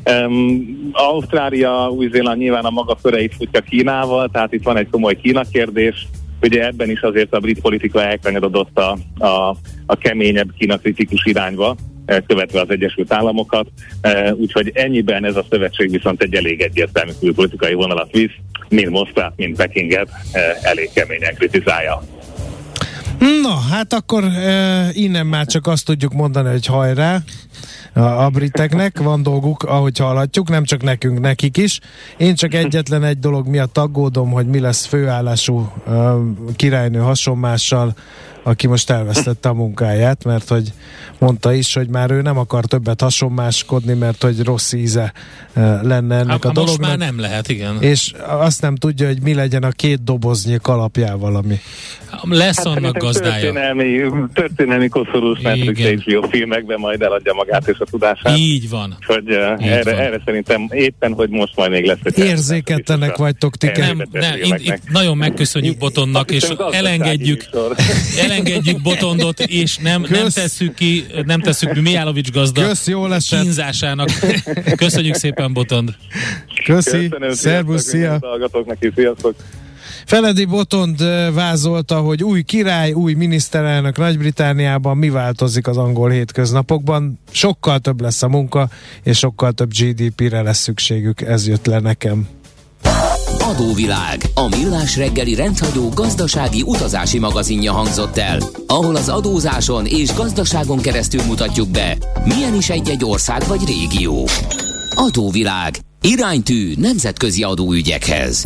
Um, Ausztrália, Új-Zéland nyilván a maga köreit futja Kínával, tehát itt van egy komoly Kína kérdés. Ugye ebben is azért a brit politika elkanyarodott a, a, a keményebb Kína kritikus irányba, követve az Egyesült Államokat, úgyhogy ennyiben ez a szövetség viszont egy elég egyértelmű külpolitikai vonalat visz, mind Moszkvát, mind Pekinget elég keményen kritizálja. Na, hát akkor e, innen már csak azt tudjuk mondani, hogy hajrá a, a briteknek, van dolguk, ahogy hallhatjuk, nem csak nekünk, nekik is. Én csak egyetlen egy dolog miatt aggódom, hogy mi lesz főállású e, királynő hasonmással, aki most elvesztette a munkáját, mert hogy mondta is, hogy már ő nem akar többet hasonmáskodni, mert hogy rossz íze lenne ennek a, a dolognak. Most már nem lehet, igen. És azt nem tudja, hogy mi legyen a két doboznyi kalapjával, ami... Lesz hát annak gazdája. Történelmi, történelmi koszorús Matrix há bé o filmekben majd eladja magát és a tudását. Így van. Hogy uh, Így erre, van. erre szerintem éppen, hogy most majd még lesz egy... Érzéketlenek vagytok, ti Nem, nem, itt, itt nagyon megköszönjük Botonnak, és elengedjük, elengedjük Botondot, és nem, nem tesszük ki, nem tesszük Mijálovics gazda Kösz, jól esett. kínzásának. Köszönjük szépen, Botond. Köszi, szervusz, szia! Sziasztok! Feledi Botond vázolta, hogy új király, új miniszterelnök Nagy-Britanniában, mi változik az angol hétköznapokban. Sokkal több lesz a munka, és sokkal több gé dé pére lesz szükségük, ez jött le nekem. Adóvilág, a millás reggeli rendhagyó gazdasági utazási magazinja hangzott el, ahol az adózáson és gazdaságon keresztül mutatjuk be, milyen is egy-egy ország vagy régió. Adóvilág, iránytű nemzetközi adóügyekhez.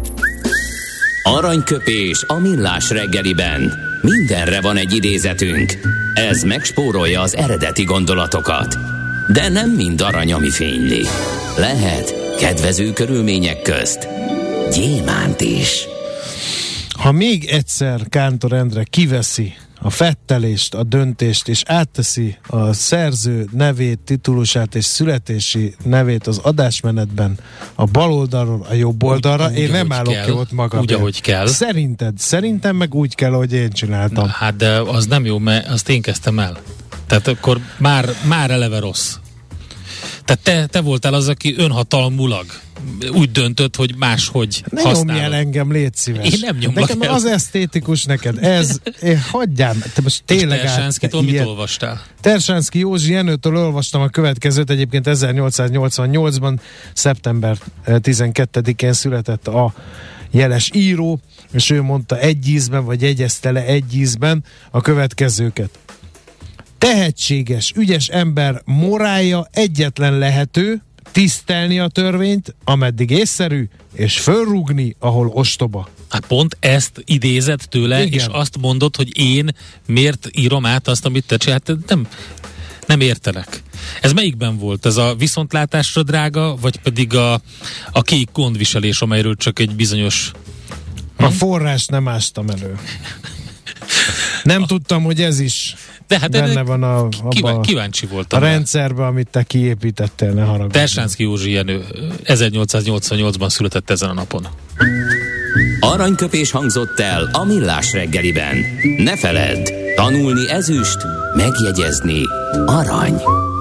Aranyköpés a millás reggeliben. Mindenre van egy idézetünk. Ez megspórolja az eredeti gondolatokat. De nem mind arany, ami fényli. Lehet kedvező körülmények közt gyémánt is. Ha még egyszer Kántor Endre kiveszi a fettelést, a döntést, és átteszi a szerző nevét, titulusát és születési nevét az adásmenetben a bal oldalról a jobb oldalra, úgy, én úgy, nem állok kell. ki ott magam. Úgy, ahogy kell. Szerinted? Szerintem meg úgy kell, ahogy én csináltam. Na, hát de az nem jó, mert azt én kezdtem el. Tehát akkor már, már eleve rossz. Tehát te, te voltál az, aki önhatalmulag úgy döntött, hogy máshogy ne használod. nyomj el engem, légy szíves. Én nem nyomlak Nekem el. az esztétikus neked. Ez, én, hagyjál, te most tényleg Tersánszkitól mit olvastál? Tersánszki Józsi Jenőtől olvastam a következőt, egyébként ezernyolcszáznyolcvannyolcban szeptember tizenkettedikén született a jeles író, és ő mondta egy ízben, vagy jegyezte le egy ízben a következőket. Tehetséges, ügyes ember morálja egyetlen lehető, tisztelni a törvényt, ameddig észszerű, és fölrúgni, ahol ostoba. Hát pont ezt idézett tőle, igen. És azt mondod, hogy én miért írom át azt, amit te csinálsz. Nem, nem értelek. Ez melyikben volt? Ez a viszontlátásra drága, vagy pedig a, a kék gondviselés, amelyről csak egy bizonyos... A forrás nem ástam elő. Nem a... tudtam, hogy ez is de hát benne van a, kíván, kíváncsi voltam a rendszerben, amit te kiépítettél, ne haragudj. Tersánszki Józsi Jenő ezernyolcszáznyolcvannyolcban született ezen a napon. Aranyköpés hangzott el a millás reggeliben. Ne feledd, tanulni ezüst, megjegyezni arany.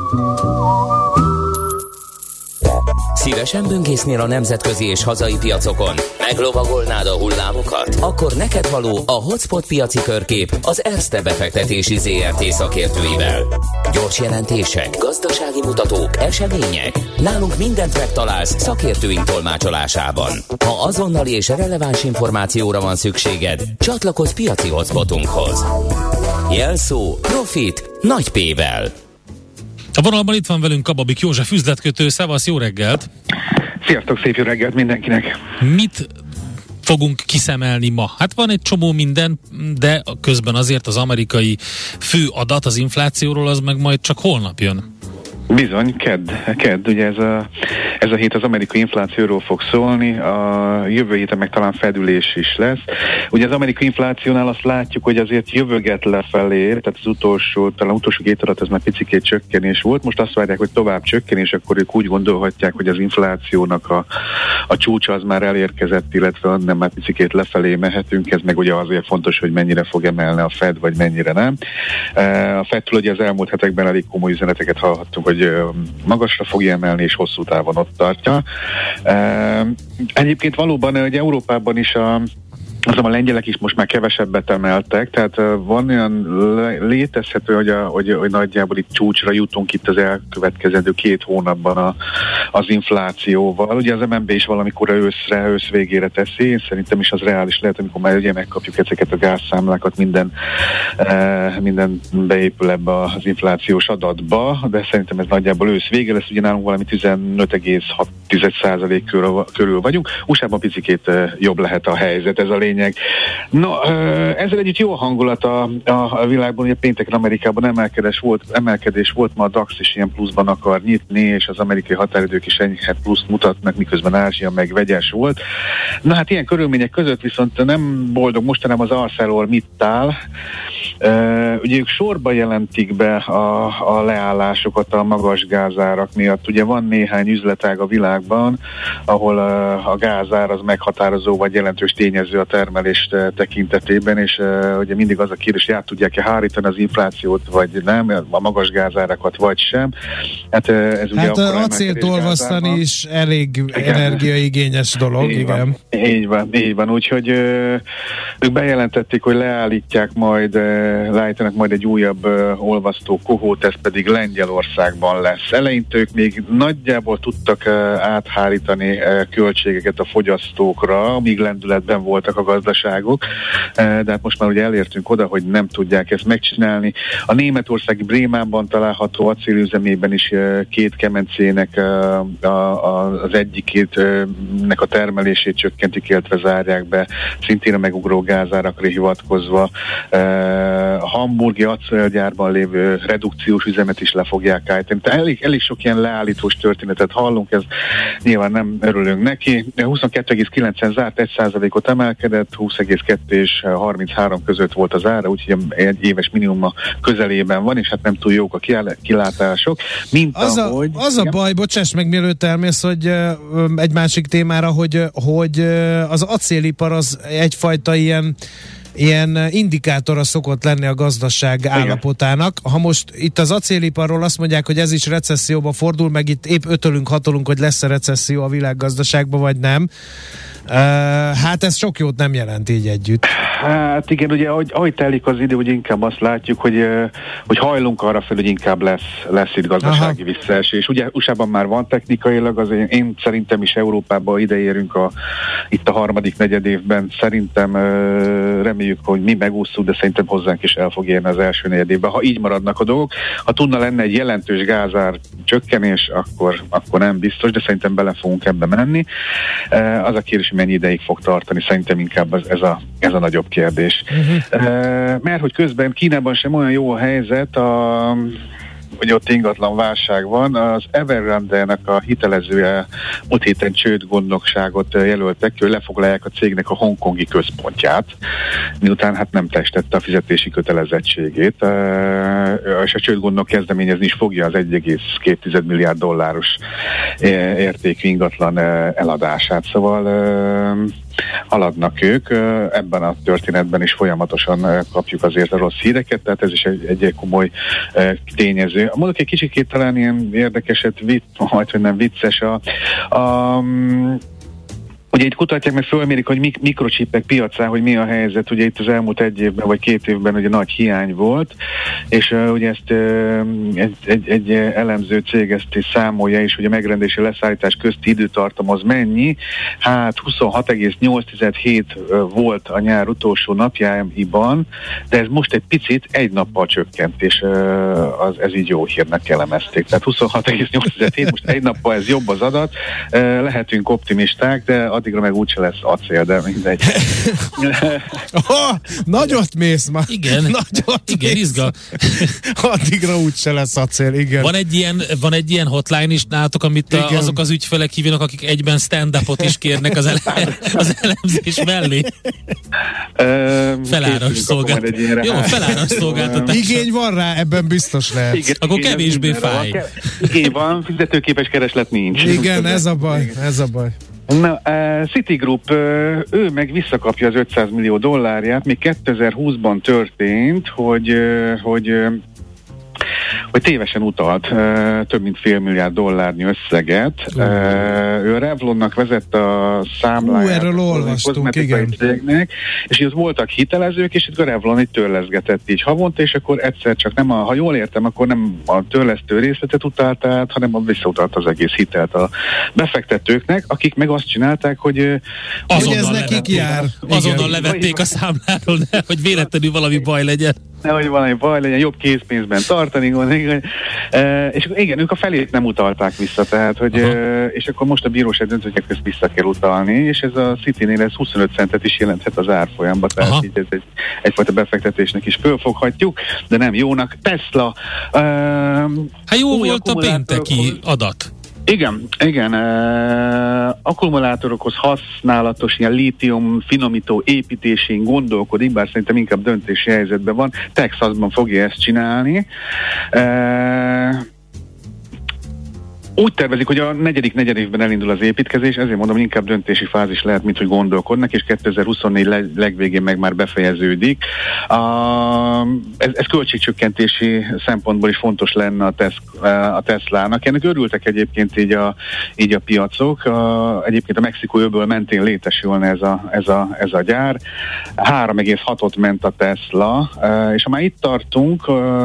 Szívesen böngésznél a nemzetközi és hazai piacokon? Meglovagolnád a hullámokat? Akkor neked való a Hotspot piaci körkép az Erste befektetési zé er té szakértőivel. Gyors jelentések, gazdasági mutatók, események. Nálunk mindent megtalálsz szakértőink tolmácsolásában. Ha azonnali és releváns információra van szükséged, csatlakozz piaci hotspotunkhoz. Jelszó Profit nagy P-vel. A vonalban itt van velünk Kababik József üzletkötő. Szevasz, jó reggelt! Sziasztok, szép jó reggelt mindenkinek! Mit fogunk kiszemelni ma? Hát van egy csomó minden, de közben azért az amerikai fő adat az inflációról az meg majd csak holnap jön. Bizony, kedd, kedd, ugye ez a, ez a hét az amerikai inflációról fog szólni, a jövő héten meg talán fedülés is lesz. Ugye az amerikai inflációnál azt látjuk, hogy azért jövöget lefelé, tehát az utolsó, talán utolsó két adat ez már picikét csökkenés volt, most azt várják, hogy tovább csökkenés, akkor ők úgy gondolhatják, hogy az inflációnak a, a csúcsa az már elérkezett, illetve onnan már picikét lefelé mehetünk, ez meg ugye azért fontos, hogy mennyire fog emelni a Fed, vagy mennyire nem. A Fedtől ugye az elmúlt hetekben elég komoly üzeneteket hallhattunk, hogy magasra fogja emelni, és hosszú távon ott tartja. Egyébként valóban, hogy Európában is a azon a lengyelek is most már kevesebbet emeltek, tehát uh, van olyan létezhető, hogy, a, hogy, hogy nagyjából itt csúcsra jutunk itt az elkövetkezendő két hónapban a, az inflációval. Ugye az em en bé is valamikor őszre, ősz végére teszi, én szerintem is az reális lehet, amikor már ugye megkapjuk ezeket a gázszámlákat, minden, uh, minden beépül ebbe az inflációs adatba, de szerintem ez nagyjából ősz vége lesz, ugye nálunk valami tizenöt egész hat százalék körül, körül vagyunk, u es á-ban picikét uh, jobb lehet a helyzet, ez a lényeg. No, ezzel együtt jó hangulat a, a világban, ugye pénteken Amerikában emelkedés volt, emelkedés volt, ma a dé á iksz is ilyen pluszban akar nyitni, és az amerikai határidők is enyhe pluszt mutatnak, miközben Ázsia meg vegyes volt. Na hát ilyen körülmények között viszont nem boldog mostanában az ArcelorMittal. Uh, ugye ők sorba jelentik be a, a leállásokat a magas gázárak miatt. Ugye van néhány üzletág a világban, ahol uh, a gázár az meghatározó vagy jelentős tényező a termelés tekintetében, és uh, ugye mindig az a kérdés, hogy át tudják-e hárítani az inflációt, vagy nem, a magas gázárakat, vagy sem. Hát uh, ez ugye hát acélt olvasztani is elég igen. energiaigényes dolog, így igen. Van, így van, így van. Úgyhogy uh, ők bejelentették, hogy leállítják majd, uh, leállítanak majd egy újabb uh, olvasztó kohót, ez pedig Lengyelországban lesz. Eleinte ők még nagyjából tudtak uh, áthárítani uh, költségeket a fogyasztókra, míg lendületben voltak a gazdaságok, uh, de hát most már ugye elértünk oda, hogy nem tudják ezt megcsinálni. A németországi Brémában található acélüzemében is uh, két kemencének uh, a, a, az egyiknek a termelését csökkentik, illetve zárják be, szintén a megugró gázárakra hivatkozva. Uh, a hamburgi acélgyárban lévő redukciós üzemet is le fogják állítani. Tehát elég, elég sok ilyen leállítós történetet hallunk, ez nyilván nem örülünk neki. huszonkettő egész kilenc zárt, egy százalékot emelkedett, húsz egész kettő és harminchárom között volt az ára, úgyhogy egy éves minimum közelében van, és hát nem túl jók a kilátások. Mint az, ahogy, a, az a baj, bocsáss meg, mielőtt elmész, hogy uh, egy másik témára, hogy, hogy uh, az acélipar az egyfajta ilyen ilyen indikátora szokott lenni a gazdaság igen. állapotának. Ha most itt az acéliparról azt mondják, hogy ez is recesszióba fordul, meg itt épp ötölünk, hatolunk, hogy lesz-e recesszió a világgazdaságban, vagy nem. Uh, hát ez sok jót nem jelent így együtt. Hát igen, ugye ahogy, ahogy telik az idő, hogy inkább azt látjuk, hogy, hogy hajlunk arra fel, hogy inkább lesz, lesz itt gazdasági aha. visszaesés. Ugye u es á-ban már van technikailag, az én, én szerintem is Európában ideérünk a, itt a harmadik negyedévben. Szerintem reméljük, hogy mi megúszunk, de szerintem hozzánk is el fog érni az első negyedévben, ha így maradnak a dolgok. Ha tudna lenne egy jelentős gázár csökkenés, akkor, akkor nem biztos, de szerintem bele fogunk ebbe menni. Az a kérdés, mennyi ideig fog tartani, szerintem inkább ez, ez, a, ez a nagyobb kérdés. Uh-huh. Uh, mert hogy közben Kínában sem olyan jó a helyzet, a, hogy ott ingatlan válság van. Az Evergrande-nek a hitelezője múlt héten csődgondnokságot jelöltek, hogy lefoglalják a cégnek a hongkongi központját, miután hát nem testette a fizetési kötelezettségét, uh, és a csődgondnok kezdeményezni is fogja az egy egész két milliárd dolláros értékű ingatlan eladását. Szóval uh, haladnak ők, ebben a történetben is folyamatosan kapjuk azért a rossz híreket, tehát ez is egy, egy komoly tényező. Mondok egy kicsikét talán ilyen érdekeset, vicc, majd, hogy nem vicces, a, a ugye itt kutatják, meg fölmérik, hogy mik- mikrocsipek piacán, hogy mi a helyzet. Ugye itt az elmúlt egy évben, vagy két évben ugye nagy hiány volt, és uh, ugye ezt uh, egy, egy, egy elemző cég ezt is számolja, és ugye a megrendelési leszállítás közti időtartam az mennyi? Hát huszonhat egész nyolc hét uh, volt a nyár utolsó napjaiban, de ez most egy picit egy nappal csökkent, és uh, az, ez így jó hírnek elemezték. Tehát huszonhat egész nyolc hét, most egy nappal ez jobb az adat, uh, lehetünk optimisták, de addigra meg úgyse lesz acél, de mindegy. Oh, nagyot mész már. Igen, nagyot igen, mész. izgal. Addigra úgyse lesz acél, igen. Van egy ilyen, van egy ilyen hotline is nálatok, amit a, azok az ügyfelek hívnak, akik egyben stand-upot is kérnek az, ele- az elemzés mellé. Feláras szolgáltatás. Jó, feláras szolgáltatás. Igény van rá, ebben biztos lehet. Igen, akkor kevésbé fáj. Igen, van, fizetőképes kereslet nincs. Igen, ez a baj, ez a baj. Na, uh, Citigroup, uh, ő meg visszakapja az ötszáz millió dollárját, még kétezer-húszban történt, hogy, uh, hogy uh, hogy tévesen utalt uh, több mint fél milliárd dollárnyi összeget. Uh, ő a Revlonnak vezette a számláját. Hú, erről olvastunk, igen. Cégnek, és így ott voltak hitelezők, és itt a Revlon egy törleszgetett így havonta, és akkor egyszer csak nem, a, ha jól értem, akkor nem a törlesztő részletet utalt át, hanem a visszautalt az egész hitelt a befektetőknek, akik meg azt csinálták, hogy azonnal ez nekik jár. Azonnal levették a számláról, de hogy véletlenül valami baj legyen. Nehogy valami baj legyen, jobb készpénzben tartani, gondolni. E, és igen, ők a felét nem utalták vissza, tehát, hogy, e, és akkor most a bíróság döntött, hogy ezt vissza kell utalni, és ez a Citynél ez huszonöt centet is jelenthet az árfolyamba, tehát Aha. így ez egy, egyfajta befektetésnek is fölfoghatjuk, de nem jónak. Tesla. E, hát jó volt a pénteki adat. Igen, igen. Uh, akkumulátorokhoz használatos ilyen lítium finomító építésén gondolkodik, bár szerintem inkább döntési helyzetben van. Texasban fogja ezt csinálni. Uh, Úgy tervezik, hogy a negyedik negyedévben elindul az építkezés, ezért mondom, inkább döntési fázis lehet, mint hogy gondolkodnak, és kétezer-huszonnégy leg, legvégén meg már befejeződik. A, ez, ez költségcsökkentési szempontból is fontos lenne a, tesz, a Teslának. Ennek örültek egyébként így a, így a piacok. A, egyébként a Mexikó öböl mentén létesülne ez a, ez a, ez a gyár. három egész hatot ment a Tesla, és ha már itt tartunk,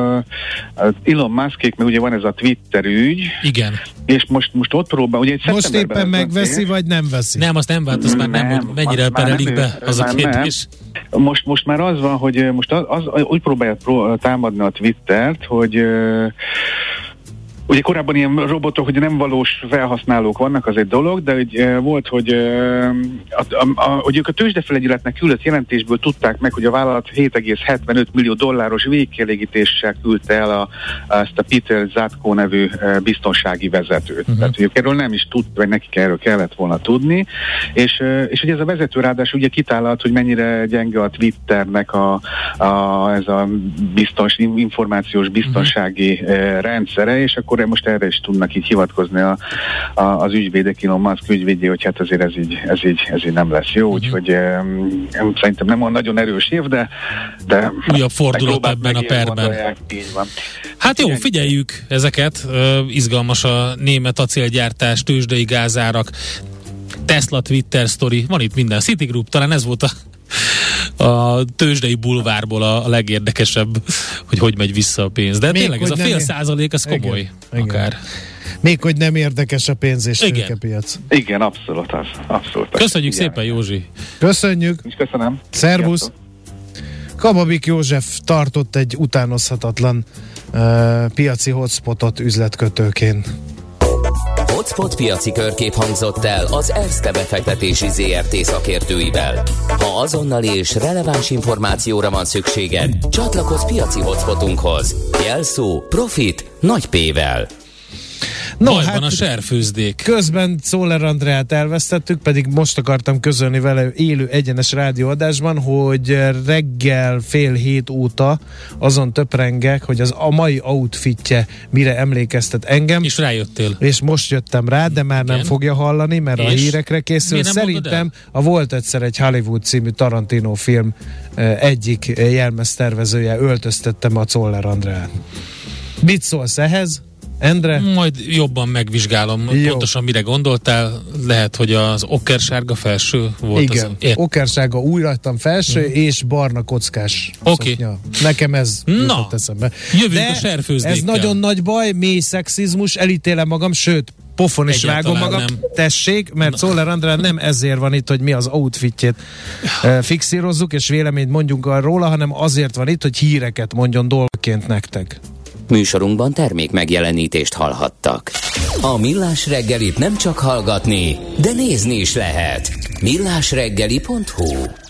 Elon Muskék, meg ugye van ez a Twitter ügy. Igen. És most, most ott próbál, ugye egy most éppen megveszi, vagy nem veszi? Nem, azt nem vált, az már nem, nem hogy mennyire perelik be, az a kérdés. Most, most már az van, hogy most az, az, úgy próbálja pró- támadni a Twittert, hogy ugye korábban ilyen robotok, hogy nem valós felhasználók vannak, az egy dolog, de hogy, e, volt, hogy, e, a, a, a, hogy ők a tőzsdefelügyeletnek küldött jelentésből tudták meg, hogy a vállalat hét egész hetvenöt millió dolláros végkielégítéssel küldte el a, a, ezt a Peter Zatko nevű e, biztonsági vezetőt. Uh-huh. Tehát, hogy ők erről nem is tudta, vagy nekik erről kellett volna tudni, és, e, és hogy ez a vezető ráadásul ugye kitállalt, hogy mennyire gyenge a Twitternek a, a, ez a biztons, információs biztonsági uh-huh. e, rendszere, és akkor most erre is tudnak így hivatkozni a, a, az ügyvédek, Elon Musk ügyvédje, hogy hát azért ez így, ez így, ez így nem lesz jó, uh-huh. úgyhogy um, szerintem nem olyan nagyon erős év, de, de újabb fordulat ebben a perben. Hát jó, figyeljük ezeket, uh, izgalmas a német acélgyártás, tőzsdei gázárak, Tesla Twitter sztori, van itt minden, Citigroup, talán ez volt a a tőzsdei bulvárból a, a legérdekesebb, hogy hogy megy vissza a pénz. De még tényleg ez a fél ér... százalék, ez komoly. Igen, akár. Igen. Még hogy nem érdekes a pénz és tőkepiac. Igen, abszolút az. Abszolút. Köszönjük igen. szépen, Józsi. Köszönjük. És köszönöm. Szervusz. Kababik József tartott egy utánozhatatlan uh, piaci hotspotot üzletkötőként. Hotspot piaci körkép hangzott el az Erste befektetési zé er té szakértőivel. Ha azonnali és releváns információra van szükséged, csatlakozz piaci hotspotunkhoz. Jelszó Profit nagy P-vel. No, Bajban hát a serfőzdék. Közben Czoller Andreát elvesztettük, pedig most akartam közölni vele élő egyenes rádióadásban, hogy reggel fél hét óta azon töprengek, hogy az a mai outfitje mire emlékeztet engem. És rájöttél. És most jöttem rá, de már nem Igen. fogja hallani, mert és? a hírekre készül. Szerintem a Volt egyszer egy Hollywood című Tarantino film egyik jelmeztervezője öltöztettem a Czoller Andreát. Mit szólsz ehhez? Endre? Majd jobban megvizsgálom, Jó. pontosan mire gondoltál, lehet, hogy az okkersárga felső volt. Igen, az... Ér... okkersárga új rajtam felső, mm. és barna kockás okay. szoknya. Nekem ez jutott eszembe. Jövünk De a serfőzdékkel. ez nagyon nagy baj, mély szexizmus, elítélem magam, sőt, pofon is vágom magam, nem. tessék, mert Czoller Andrá nem ezért van itt, hogy mi az outfitjét uh, fixírozzuk, és véleményt mondjunk róla, hanem azért van itt, hogy híreket mondjon dolgként nektek. Műsorunkban termék megjelenítést hallhattak. A Millás reggelit nem csak hallgatni, de nézni is lehet. millásreggeli pont hu